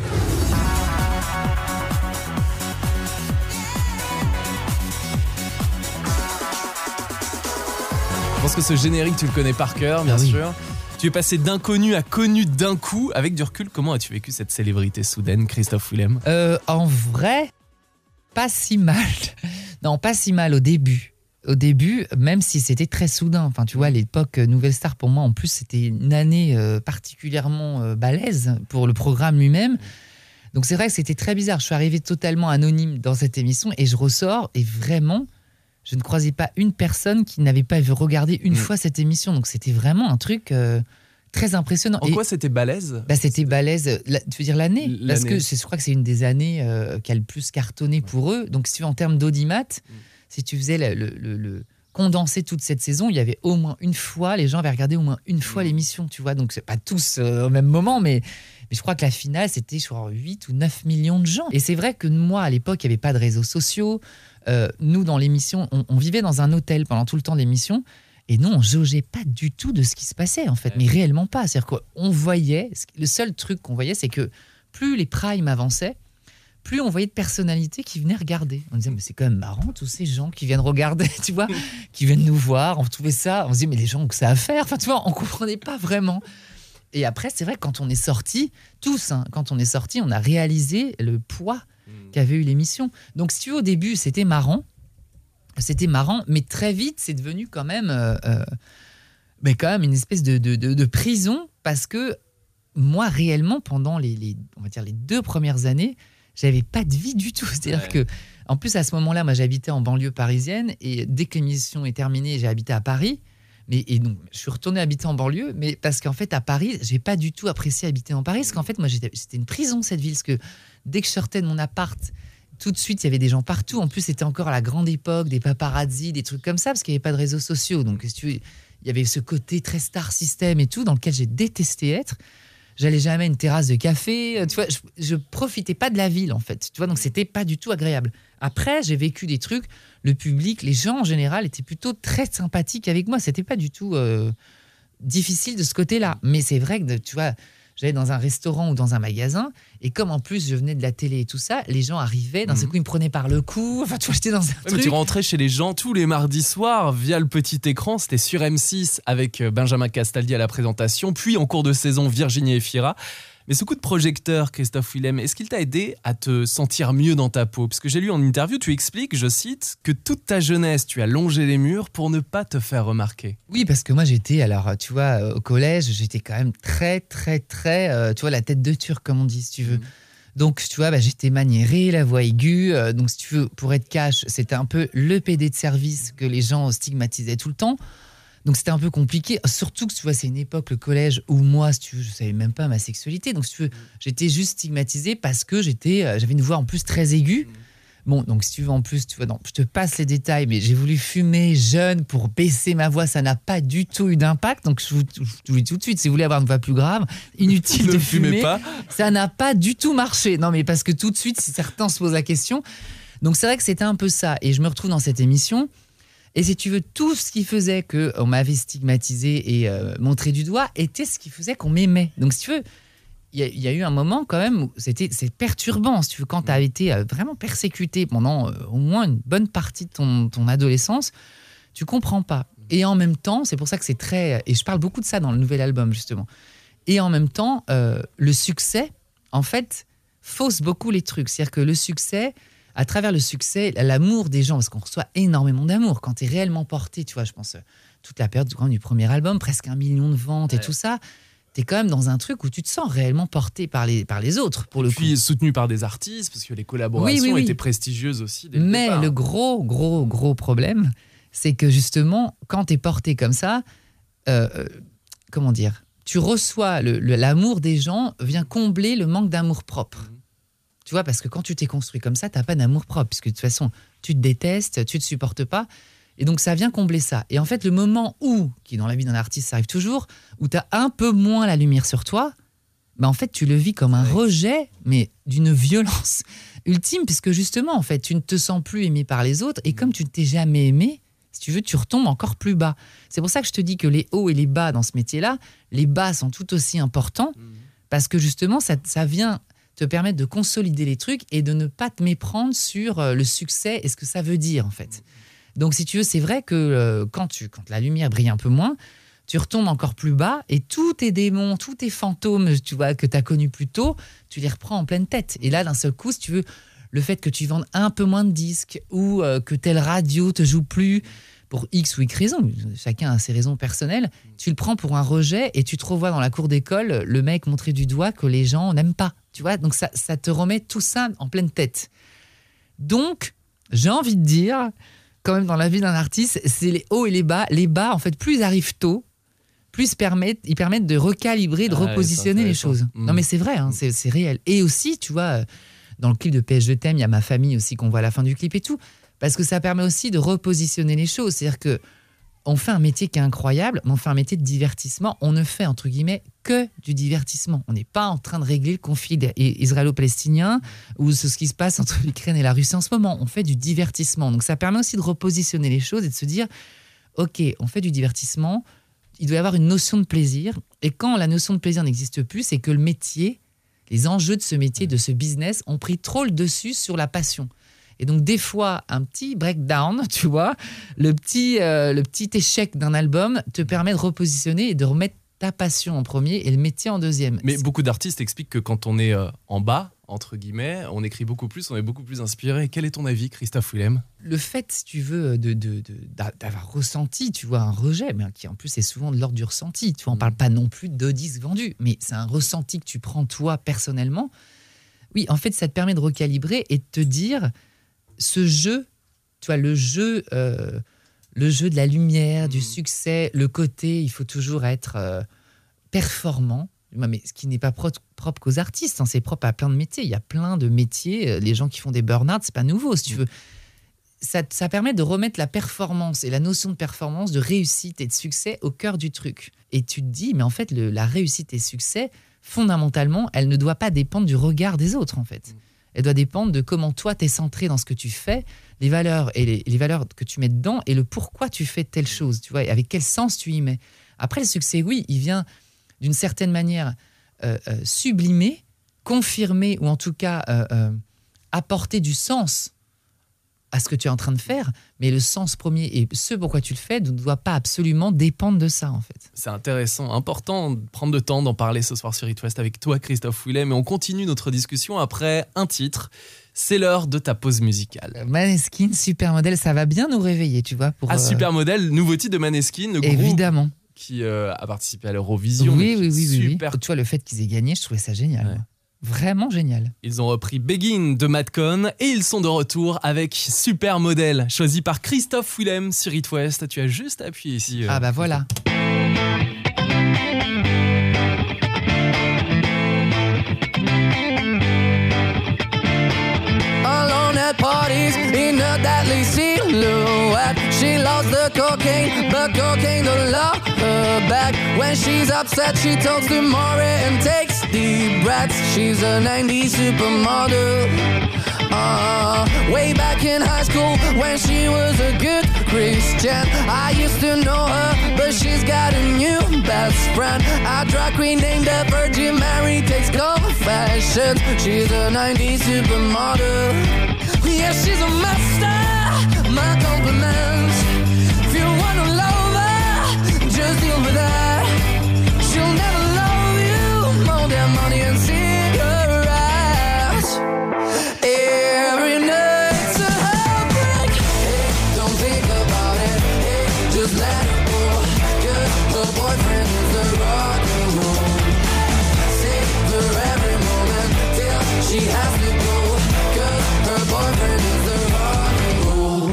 Je pense que ce générique, tu le connais par cœur, bien sûr. Tu es passé d'inconnu à connu d'un coup. Avec du recul, comment as-tu vécu cette célébrité soudaine, Christophe Willem?
En vrai, pas si mal. Non, pas si mal au début. Au début, même si c'était très soudain. Enfin, tu vois, l'époque Nouvelle Star, pour moi, en plus, c'était une année particulièrement balèze pour le programme lui-même. Donc, c'est vrai que c'était très bizarre. Je suis arrivé totalement anonyme dans cette émission et je ressors et vraiment, je ne croisais pas une personne qui n'avait pas regardé une fois cette émission. Donc, c'était vraiment un truc très impressionnant.
En quoi c'était balèze?
C'était balèze, tu veux dire l'année? Parce que je crois que c'est une des années qui a le plus cartonné pour eux. Donc, si tu veux, en termes d'audimat, si tu faisais le condenser toute cette saison, il y avait au moins une fois, les gens avaient regardé au moins une fois l'émission, tu vois. Donc, c'est pas tous au même moment, mais je crois que la finale, c'était genre 8 ou 9 millions de gens. Et c'est vrai que moi, à l'époque, il n'y avait pas de réseaux sociaux. Nous, dans l'émission, on vivait dans un hôtel pendant tout le temps de l'émission. Et nous, on jaugeait pas du tout de ce qui se passait, en fait. Mais réellement pas. C'est-à-dire qu'on voyait... Le seul truc qu'on voyait, c'est que plus les primes avançaient, plus on voyait de personnalités qui venaient regarder. On disait, mais c'est quand même marrant, tous ces gens qui viennent regarder, tu vois, qui viennent nous voir. On trouvait ça... On se disait, mais les gens ont que ça à faire. Enfin, tu vois, on comprenait pas vraiment. Et après, c'est vrai que quand on est sortis, tous, quand on est sortis, on a réalisé le poids qu'avait eu l'émission. Donc, si tu veux, au début, c'était marrant, mais très vite, c'est devenu quand même, une espèce de prison parce que moi, réellement, pendant on va dire les 2 premières années, j'avais pas de vie du tout. C'est-à-dire que, en plus, à ce moment-là, moi, j'habitais en banlieue parisienne et dès que l'émission est terminée, j'ai habité à Paris. Et donc, je suis retourné habiter en banlieue, mais parce qu'en fait, à Paris, j'ai pas du tout apprécié habiter en Paris. Parce qu'en fait, moi, c'était une prison, cette ville. Parce que dès que je sortais de mon appart, tout de suite, il y avait des gens partout. En plus, c'était encore à la grande époque, des paparazzis, des trucs comme ça, parce qu'il n'y avait pas de réseaux sociaux. Donc, si tu veux, il y avait ce côté très star system et tout, dans lequel j'ai détesté être. J'allais jamais à une terrasse de café. Tu vois, je profitais pas de la ville, en fait. Tu vois, donc c'était pas du tout agréable. Après, j'ai vécu des trucs. Le public, les gens en général étaient plutôt très sympathiques avec moi. C'était pas du tout difficile de ce côté-là. Mais c'est vrai que, tu vois, j'allais dans un restaurant ou dans un magasin, et comme en plus je venais de la télé et tout ça, les gens arrivaient, d'un seul coup ils me prenaient par le cou. Enfin, tu vois, j'étais dans un truc.
Tu rentrais chez les gens tous les mardis soirs via le petit écran. C'était sur M6 avec Benjamin Castaldi à la présentation, puis en cours de saison Virginie Efira. Mais ce coup de projecteur, Christophe Willem, est-ce qu'il t'a aidé à te sentir mieux dans ta peau ? Parce que j'ai lu en interview, tu expliques, je cite, que toute ta jeunesse, tu as longé les murs pour ne pas te faire remarquer.
Oui, parce que moi j'étais, alors tu vois, au collège, j'étais quand même très, tu vois, la tête de turc, comme on dit, si tu veux. Donc, tu vois, j'étais maniéré, la voix aiguë. Donc, si tu veux, pour être cash, c'était un peu le PD de service que les gens stigmatisaient tout le temps. Donc c'était un peu compliqué, surtout que tu vois, c'est une époque, le collège, où moi, si tu veux, je savais même pas ma sexualité. Donc si tu veux, j'étais juste stigmatisée parce que j'avais une voix en plus très aiguë. Bon, donc si tu veux, en plus, tu vois, non, je te passe les détails, mais j'ai voulu fumer jeune pour baisser ma voix, ça n'a pas du tout eu d'impact. Donc je vous dis tout de suite, si vous voulez avoir une voix plus grave, inutile de fumer,
pas.
Ça n'a pas du tout marché. Non, mais parce que tout de suite, si certains se posent la question. Donc c'est vrai que c'était un peu ça. Et je me retrouve dans cette émission. Et si tu veux, tout ce qui faisait qu'on m'avait stigmatisé et montré du doigt était ce qui faisait qu'on m'aimait. Donc si tu veux, il y a eu un moment quand même où c'est perturbant. Si tu veux, quand tu as été vraiment persécuté pendant au moins une bonne partie de ton adolescence, tu comprends pas. Et en même temps, c'est pour ça que c'est très... Et je parle beaucoup de ça dans le nouvel album, justement. Et en même temps, le succès, en fait, fausse beaucoup les trucs. C'est-à-dire que le succès... À travers le succès, l'amour des gens, parce qu'on reçoit énormément d'amour. Quand tu es réellement porté, tu vois, je pense, toute la période du premier album, presque 1 million de ventes et tout ça, tu es quand même dans un truc où tu te sens réellement porté par les autres, pour le coup.
Puis soutenu par des artistes, parce que les collaborations étaient prestigieuses aussi dès le départ.
Mais le gros problème, c'est que justement, quand tu es porté comme ça, comment dire, tu reçois l'amour des gens, vient combler le manque d'amour propre. Tu vois, parce que quand tu t'es construit comme ça, tu n'as pas d'amour propre, puisque de toute façon, tu te détestes, tu ne te supportes pas. Et donc, ça vient combler ça. Et en fait, le moment qui dans la vie d'un artiste, ça arrive toujours, où tu as un peu moins la lumière sur toi, en fait, tu le vis comme un rejet, mais d'une violence ultime, puisque justement, en fait, tu ne te sens plus aimé par les autres. Et comme tu ne t'es jamais aimé, si tu veux, tu retombes encore plus bas. C'est pour ça que je te dis que les hauts et les bas dans ce métier-là, les bas sont tout aussi importants, parce que justement, ça vient... te permettre de consolider les trucs et de ne pas te méprendre sur le succès et ce que ça veut dire, en fait. Donc, si tu veux, c'est vrai que quand la lumière brille un peu moins, tu retombes encore plus bas et tous tes démons, tous tes fantômes, tu vois, que tu as connus plus tôt, tu les reprends en pleine tête. Et là, d'un seul coup, si tu veux, le fait que tu vendes un peu moins de disques ou que telle radio te joue plus pour X ou Y raisons, chacun a ses raisons personnelles, tu le prends pour un rejet et tu te revois dans la cour d'école, le mec montrer du doigt que les gens n'aiment pas. Tu vois, donc ça te remet tout ça en pleine tête. Donc, j'ai envie de dire, quand même dans la vie d'un artiste, c'est les hauts et les bas. Les bas, en fait, plus ils arrivent tôt, plus ils permettent de recalibrer, de repositionner les choses. Non mais c'est vrai, hein, c'est réel. Et aussi, tu vois, dans le clip de PS Je t'aime, il y a ma famille aussi qu'on voit à la fin du clip et tout, parce que ça permet aussi de repositionner les choses. C'est-à-dire que on fait un métier qui est incroyable, mais on fait un métier de divertissement. On ne fait, entre guillemets, que du divertissement. On n'est pas en train de régler le conflit israélo-palestinien ou ce qui se passe entre l'Ukraine et la Russie en ce moment. On fait du divertissement. Donc ça permet aussi de repositionner les choses et de se dire, OK, on fait du divertissement, il doit y avoir une notion de plaisir. Et quand la notion de plaisir n'existe plus, c'est que le métier, les enjeux de ce métier, de ce business, ont pris trop le dessus sur la passion. Et donc, des fois, un petit breakdown, tu vois, le petit échec d'un album te permet de repositionner et de remettre ta passion en premier et le métier en deuxième.
Mais beaucoup d'artistes expliquent que quand on est en bas, entre guillemets, on écrit beaucoup plus, on est beaucoup plus inspiré. Quel est ton avis, Christophe Willem ?
Le fait, si tu veux, d'avoir ressenti, tu vois, un rejet, mais qui en plus est souvent de l'ordre du ressenti. Tu vois, on parle pas non plus de disques vendus, mais c'est un ressenti que tu prends toi personnellement. Oui, en fait, ça te permet de recalibrer et de te dire, ce jeu, tu vois, le jeu de la lumière, du succès, le côté, il faut toujours être performant. Mais ce qui n'est pas propre qu'aux artistes, hein, c'est propre à plein de métiers. Il y a plein de métiers, les gens qui font des burn-out, c'est pas nouveau, si tu veux. Ça permet de remettre la performance et la notion de performance, de réussite et de succès au cœur du truc. Et tu te dis, mais en fait, la réussite et le succès, fondamentalement, elle ne doit pas dépendre du regard des autres, en fait. Elle doit dépendre de comment toi, t'es centré dans ce que tu fais, les valeurs et les valeurs que tu mets dedans et le pourquoi tu fais telle chose, tu vois, et avec quel sens tu y mets. Après, le succès, oui, il vient d'une certaine manière sublimer, confirmer ou en tout cas apporter du sens à ce que tu es en train de faire, mais le sens premier et ce pourquoi tu le fais ne doit pas absolument dépendre de ça, en fait.
C'est intéressant, important de prendre le temps d'en parler ce soir sur It West avec toi, Christophe Willem, et on continue notre discussion après un titre. C'est l'heure de ta pause musicale.
Maneskin, Supermodel, ça va bien nous réveiller, tu vois.
Supermodel, nouveau titre de Maneskin, le groupe
évidemment.
Qui a participé à l'Eurovision.
Oui.
Super.
Tu vois, le fait qu'ils aient gagné, je trouvais ça génial. Ouais. Vraiment génial.
Ils ont repris Begin de Madcon et ils sont de retour avec Supermodel, choisi par Christophe Willem sur It West. Tu as juste appuyé ici.
Ah bah voilà.
Alone at parties in a deadly silhouette. She loves the cocaine, but cocaine don't love her back. When she's upset, she talks to Maury and takes deep breaths. She's a 90s supermodel. Way back in high school when she was a good Christian, I used to know her, but she's got a new best friend. A drag queen named the Virgin Mary takes confessions. She's a 90s supermodel. Yeah, she's a master. My compliments. If you wanna love her, just deal with her. She'll never love you more than money and cigarettes. Every night's a heartbreak. Hey, don't think about it. Hey, just let it go. 'Cause her boyfriend is a rock and roll. Save her every moment till she has to go. 'Cause her boyfriend is a rock and roll.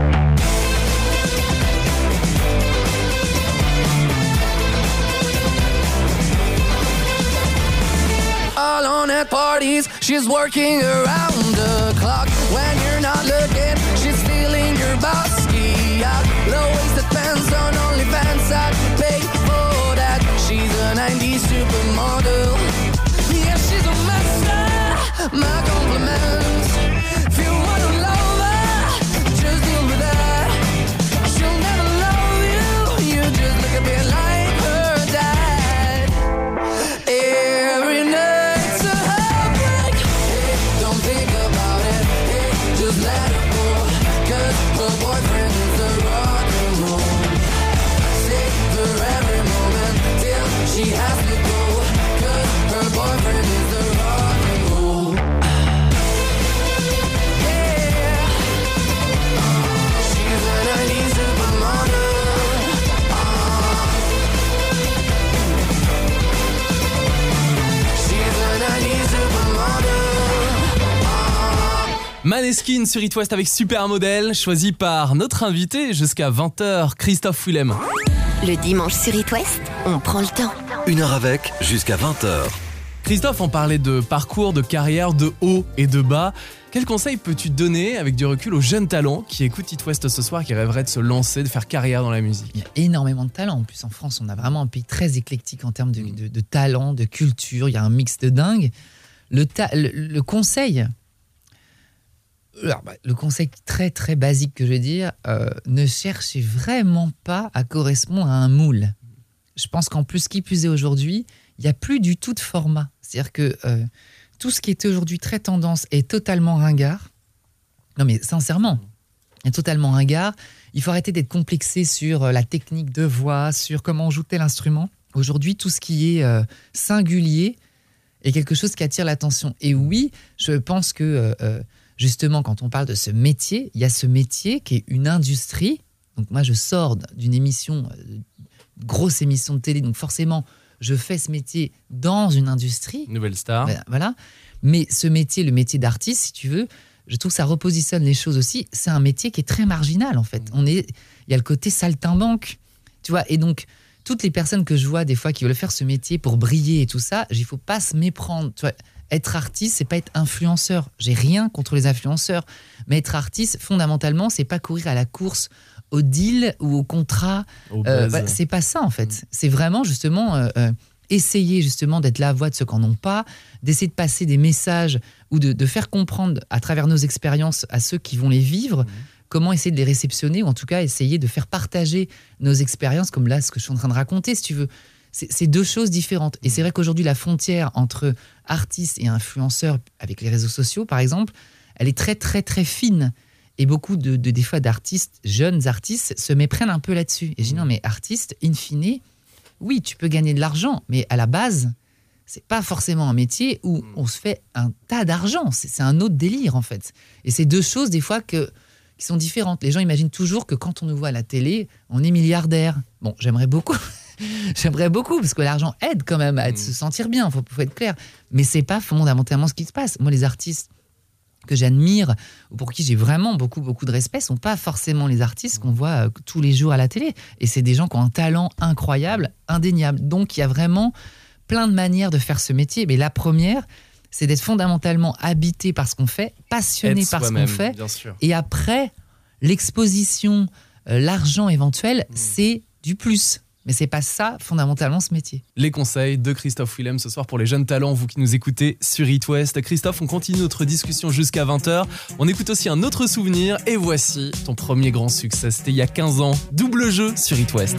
Alone at parties, she's working around the clock. When you're not looking, she's stealing your bossy out. Low-waisted pants on OnlyFans, I'd pay for that. She's a 90s supermodel. Yeah, she's a master. My compliments. If you wanna love her, just deal with her. She'll never love you. You just look a bit like her dad. Every night. Let her go, 'cause her boyfriend is a rock and roll. Save her every moment till she has to go, 'cause her boyfriend is a rock and roll. Yeah, she's a 90s supermodel. She's a 90s supermodel.
Maneskin sur It West avec Supermodel, choisi par notre invité jusqu'à 20h, Christophe Willem.
Le dimanche sur It West, on prend le temps.
1 heure avec, jusqu'à 20h.
Christophe, on parlait de parcours, de carrière, de haut et de bas. Quel conseil peux-tu donner avec du recul aux jeunes talents qui écoutent It West ce soir, qui rêveraient de se lancer, de faire carrière dans la musique ?
Il y a énormément de talents. En plus, en France, on a vraiment un pays très éclectique en termes de talent, de culture. Il y a un mix de dingue. Le conseil... Alors, le conseil très très basique que je vais dire, ne cherchez vraiment pas à correspondre à un moule. Je pense qu'en plus, qui plus est aujourd'hui, il n'y a plus du tout de format. C'est-à-dire que tout ce qui était aujourd'hui très tendance est totalement ringard. Non mais sincèrement, est totalement ringard. Il faut arrêter d'être complexé sur la technique de voix, sur comment on joue tel instrument. Aujourd'hui, tout ce qui est singulier et quelque chose qui attire l'attention. Et oui, je pense que justement, quand on parle de ce métier, il y a ce métier qui est une industrie. Donc moi, je sors d'une émission, grosse émission de télé, donc forcément, je fais ce métier dans une industrie.
Nouvelle star.
Voilà. Mais ce métier, le métier d'artiste, si tu veux, je trouve que ça repositionne les choses aussi. C'est un métier qui est très marginal, en fait. Il y a le côté saltimbanque, tu vois. Et donc, toutes les personnes que je vois, des fois, qui veulent faire ce métier pour briller et tout ça, il ne faut pas se méprendre, tu vois. Être artiste, c'est pas être influenceur. J'ai rien contre les influenceurs. Mais être artiste, fondamentalement, c'est pas courir à la course au deal ou au contrat. C'est pas ça, en fait. C'est vraiment, justement, essayer, justement, d'être la voix de ceux qui n'en ont pas, d'essayer de passer des messages ou de faire comprendre, à travers nos expériences, à ceux qui vont les vivre, comment essayer de les réceptionner, ou en tout cas, essayer de faire partager nos expériences, comme là, ce que je suis en train de raconter, si tu veux. C'est deux choses différentes. Et c'est vrai qu'aujourd'hui, la frontière entre artiste et influenceur, avec les réseaux sociaux, par exemple, elle est très, très, très fine. Et beaucoup des fois d'artistes, jeunes artistes, se méprennent un peu là-dessus. Et je dis non, mais artiste, in fine, oui, tu peux gagner de l'argent, mais à la base, c'est pas forcément un métier où on se fait un tas d'argent. C'est un autre délire, en fait. Et c'est deux choses, des fois, qui sont différentes. Les gens imaginent toujours que quand on nous voit à la télé, on est milliardaire. Bon, j'aimerais beaucoup, parce que l'argent aide quand même à se sentir bien, faut être clair. Mais c'est pas fondamentalement ce qui se passe. Moi, les artistes que j'admire, ou pour qui j'ai vraiment beaucoup, beaucoup de respect, sont pas forcément les artistes qu'on voit tous les jours à la télé. Et c'est des gens qui ont un talent incroyable, indéniable. Donc, il y a vraiment plein de manières de faire ce métier. Mais la première, c'est d'être fondamentalement habité par ce qu'on fait, passionné par ce qu'on fait. Et après, l'exposition, l'argent éventuel, c'est du plus. Mais c'est pas ça, fondamentalement, ce métier.
Les conseils de Christophe Willem ce soir pour les jeunes talents, vous qui nous écoutez sur It West. Christophe, on continue notre discussion jusqu'à 20h. On écoute aussi un autre souvenir. Et voici ton premier grand succès. C'était il y a 15 ans. Double jeu sur It West.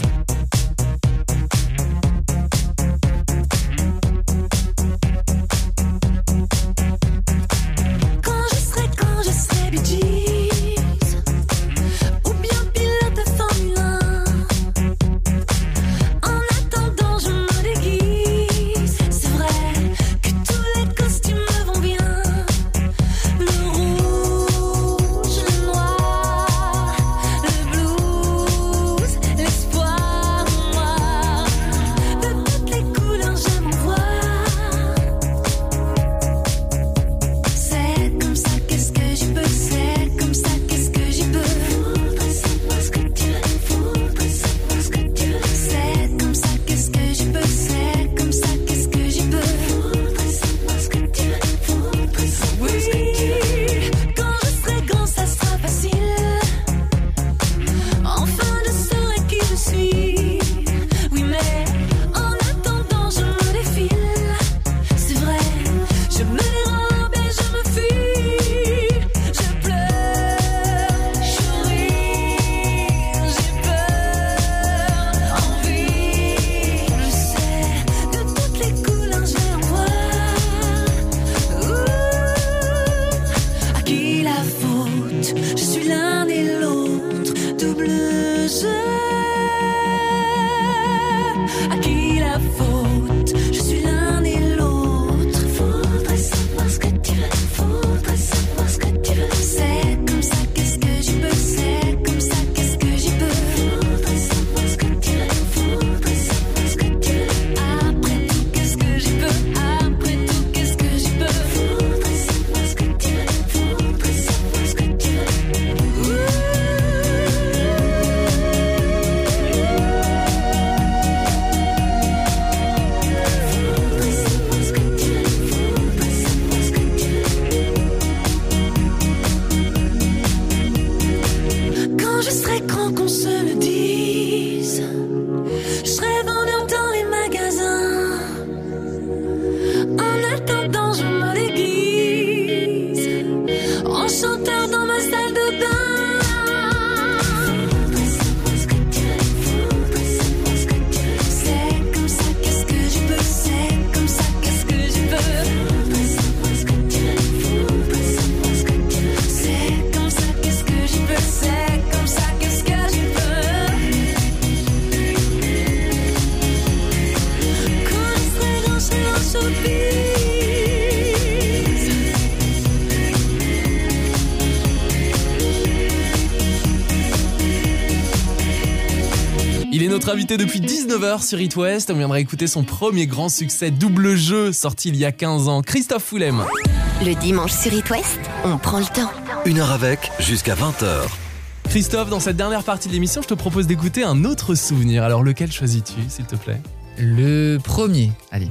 Il est notre invité depuis 19h sur It West. On viendra écouter son premier grand succès Double Jeu, sorti il y a 15 ans. Christophe Willem.
Le dimanche sur It West, on prend le temps.
1 heure avec, jusqu'à 20h.
Christophe, dans cette dernière partie de l'émission, je te propose d'écouter un autre souvenir. Alors lequel choisis-tu, s'il te plaît ?
Le premier, allez.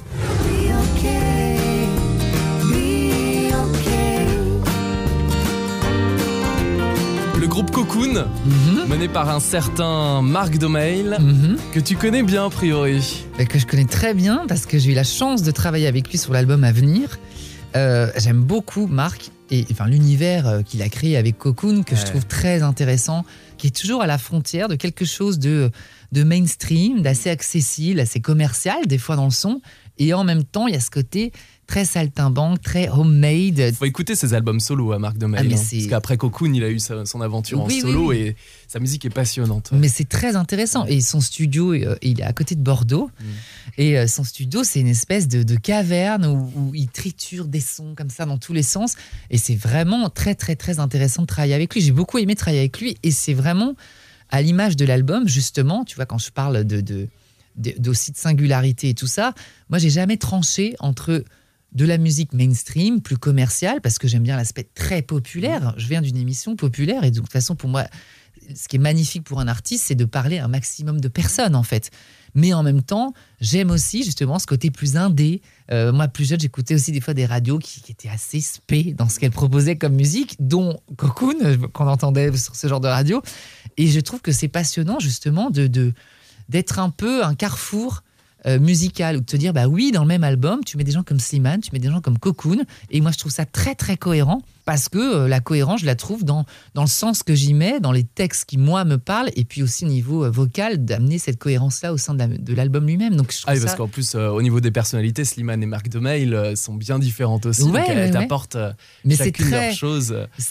Le groupe Cocoon, mené par un certain Marc Domail, que tu connais bien a priori.
Que je connais très bien parce que j'ai eu la chance de travailler avec lui sur l'album à venir. J'aime beaucoup Marc et enfin, l'univers qu'il a créé avec Cocoon que je trouve très intéressant, qui est toujours à la frontière de quelque chose de mainstream, d'assez accessible, assez commercial des fois dans le son, et en même temps il y a ce côté très saltimbanque, très homemade.
Faut écouter ses albums solo à Marc Domail, parce qu'après Cocoon, il a eu son aventure en solo et sa musique est passionnante.
Mais c'est très intéressant. Et son studio, il est à côté de Bordeaux. Et son studio, c'est une espèce de caverne où il triture des sons comme ça dans tous les sens. Et c'est vraiment très, très, très intéressant de travailler avec lui. J'ai beaucoup aimé travailler avec lui. Et c'est vraiment à l'image de l'album, justement, tu vois, quand je parle d'aussi de singularité et tout ça, moi, j'ai jamais tranché entre de la musique mainstream, plus commerciale, parce que j'aime bien l'aspect très populaire. Je viens d'une émission populaire et de toute façon, pour moi, ce qui est magnifique pour un artiste, c'est de parler à un maximum de personnes, en fait. Mais en même temps, j'aime aussi justement ce côté plus indé. Moi, plus jeune, j'écoutais aussi des fois des radios qui étaient assez spé dans ce qu'elles proposaient comme musique, dont Cocoon, qu'on entendait sur ce genre de radio. Et je trouve que c'est passionnant, justement, d'être un peu un carrefour musical, ou de te dire, bah oui, dans le même album, tu mets des gens comme Slimane, tu mets des gens comme Cocoon, et moi je trouve ça très très cohérent, parce que la cohérence, je la trouve dans le sens que j'y mets, dans les textes qui, moi, me parlent, et puis aussi au niveau vocal, d'amener cette cohérence-là au sein de l'album lui-même. Donc, je trouve
parce qu'en plus, au niveau des personnalités, Slimane et Marc Domail sont bien différentes aussi, donc elles t'apportent chacune leur chose.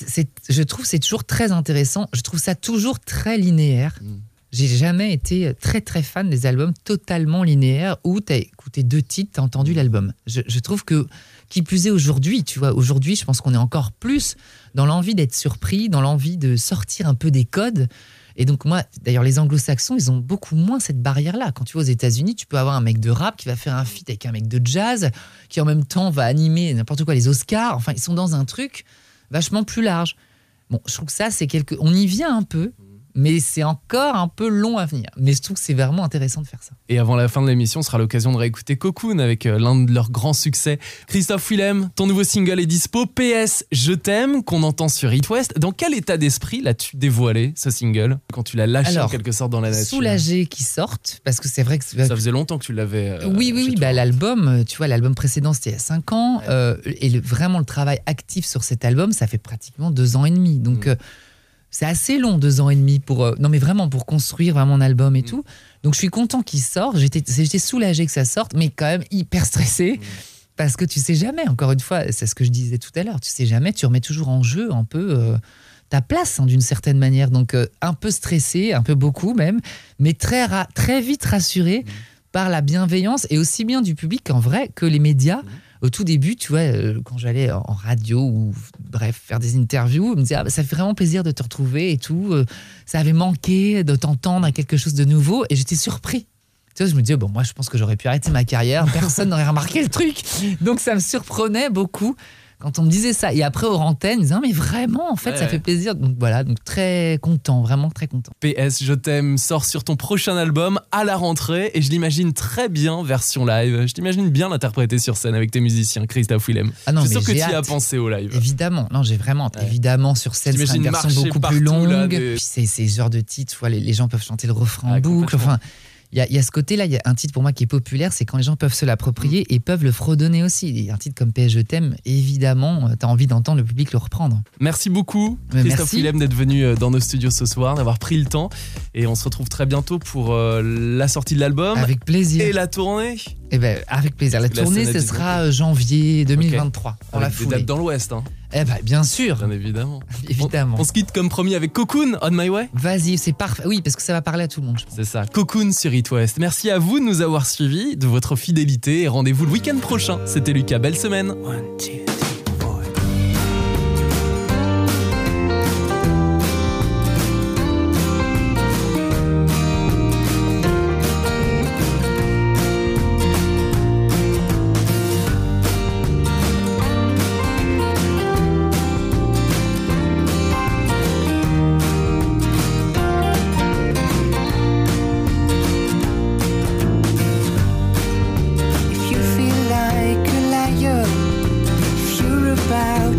Je trouve que c'est toujours très intéressant, je trouve ça toujours très linéaire. J'ai jamais été très très fan des albums totalement linéaires où tu as écouté 2 titres, tu as entendu l'album. Je trouve que, qui plus est aujourd'hui, tu vois, aujourd'hui je pense qu'on est encore plus dans l'envie d'être surpris, dans l'envie de sortir un peu des codes. Et donc moi, d'ailleurs les anglo-saxons, ils ont beaucoup moins cette barrière-là. Quand tu vas aux États-Unis, tu peux avoir un mec de rap qui va faire un feat avec un mec de jazz, qui en même temps va animer n'importe quoi, les Oscars. Enfin, ils sont dans un truc vachement plus large. Bon, je trouve que ça, c'est on y vient un peu, mais c'est encore un peu long à venir. Mais je trouve que c'est vraiment intéressant de faire ça.
Et avant la fin de l'émission, ce sera l'occasion de réécouter Cocoon avec l'un de leurs grands succès. Christophe Willem, ton nouveau single est dispo, PS Je t'aime, qu'on entend sur It West. Dans quel état d'esprit l'as-tu dévoilé, ce single, quand tu l'as lâché en quelque sorte dans la nature?
Soulagé qu'il sorte, parce que c'est vrai que...
Ça faisait longtemps que tu l'avais...
Oui, bah, l'album, tu vois, l'album précédent, c'était il y a 5 ans. Et vraiment, le travail actif sur cet album, ça fait pratiquement 2 ans et demi. Donc... c'est assez long, 2 ans et demi pour construire vraiment un album et tout. Donc je suis content qu'il sorte. J'étais soulagé que ça sorte, mais quand même hyper stressé parce que tu sais jamais. Encore une fois, c'est ce que je disais tout à l'heure. Tu sais jamais. Tu remets toujours en jeu un peu ta place d'une certaine manière. Donc un peu stressé, un peu beaucoup même, mais très vite rassuré par la bienveillance et aussi bien du public en vrai que les médias. Au tout début, tu vois, quand j'allais en radio ou bref, faire des interviews, on me disait ça fait vraiment plaisir de te retrouver et tout. Ça avait manqué de t'entendre à quelque chose de nouveau et j'étais surpris. Tu vois, je me disais, moi je pense que j'aurais pu arrêter ma carrière, personne n'aurait remarqué le truc. Donc ça me surprenait beaucoup quand on me disait ça. Et après, aux antennes, ils disaient, mais vraiment, en fait, ça fait plaisir. Donc voilà, donc très content, vraiment très content.
PS Je t'aime sort sur ton prochain album à la rentrée et je l'imagine très bien version live. Je t'imagine bien l'interpréter sur scène avec tes musiciens, Christophe Willem.
Ah non,
je suis sûr que tu y
as
pensé au live.
Évidemment, non, j'ai vraiment, évidemment, sur scène, c'est une version beaucoup plus longue. Puis c'est ce genre de titre, tu vois, les gens peuvent chanter le refrain en boucle, enfin... Il y a ce côté-là, il y a un titre pour moi qui est populaire, c'est quand les gens peuvent se l'approprier et peuvent le fredonner aussi. Et un titre comme PS Je t'aime, évidemment, tu as envie d'entendre le public le reprendre.
Merci beaucoup, Christophe Willem, d'être venu dans nos studios ce soir, d'avoir pris le temps. Et on se retrouve très bientôt pour la sortie de l'album.
Avec plaisir.
Et la tournée.
Eh ben, avec plaisir. La tournée, ce sera janvier 2023. On
avec des dates dans l'Ouest. Hein.
Eh ben, bien sûr.
Bien évidemment.
Évidemment.
On se quitte comme promis avec Cocoon, On My Way.
Vas-y, c'est parfait. Oui, parce que ça va parler à tout le monde, je pense.
C'est ça. Cocoon sur It West. Merci à vous de nous avoir suivis, de votre fidélité et rendez-vous le week-end prochain. C'était Lucas. Belle semaine. 1, 2.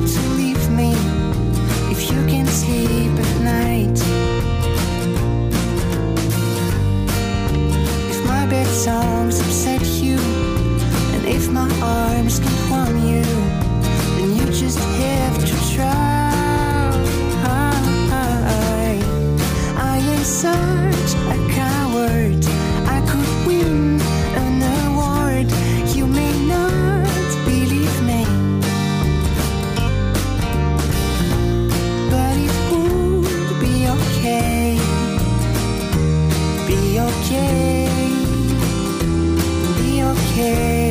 to leave me if you can sleep at night. If my bed songs upset you, and if my arms can warm you, then you just have to try. I am such a coward. I could win an award. You may not believe me, but it would be okay. Be okay. Be okay.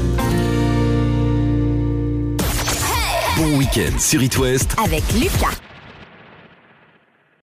Sur It West
avec Lucas.